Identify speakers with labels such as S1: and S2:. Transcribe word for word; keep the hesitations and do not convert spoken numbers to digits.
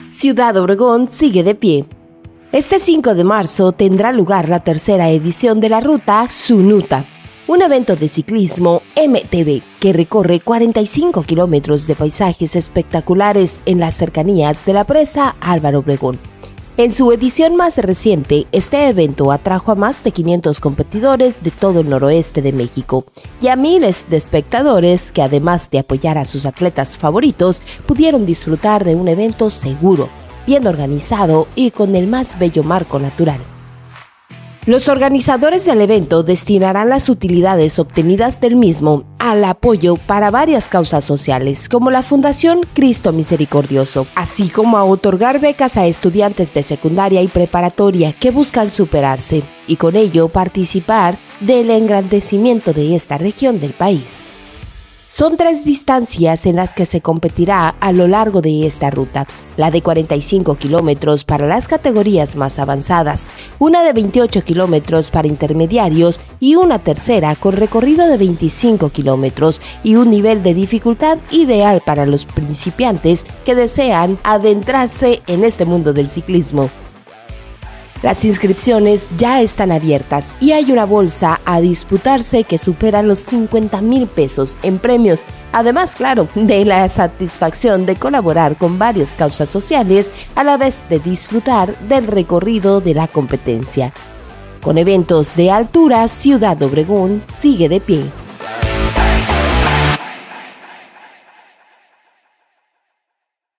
S1: Ciudad Obregón sigue de pie. Este cinco de marzo tendrá lugar la tercera edición de la ruta Sunuta, un evento de ciclismo M T B que recorre cuarenta y cinco kilómetros de paisajes espectaculares en las cercanías de la presa Álvaro Obregón. En su edición más reciente, este evento atrajo a más de quinientos competidores de todo el noroeste de México y a miles de espectadores que, además de apoyar a sus atletas favoritos, pudieron disfrutar de un evento seguro, bien organizado y con el más bello marco natural. Los organizadores del evento destinarán las utilidades obtenidas del mismo al apoyo para varias causas sociales, como la Fundación Cristo Misericordioso, así como a otorgar becas a estudiantes de secundaria y preparatoria que buscan superarse y con ello participar del engrandecimiento de esta región del país. Son tres distancias en las que se competirá a lo largo de esta ruta, la de cuarenta y cinco kilómetros para las categorías más avanzadas, una de veintiocho kilómetros para intermediarios y una tercera con recorrido de veinticinco kilómetros y un nivel de dificultad ideal para los principiantes que desean adentrarse en este mundo del ciclismo. Las inscripciones ya están abiertas y hay una bolsa a disputarse que supera los cincuenta mil pesos en premios, además, claro, de la satisfacción de colaborar con varias causas sociales a la vez de disfrutar del recorrido de la competencia. Con eventos de altura, Ciudad Obregón sigue de pie.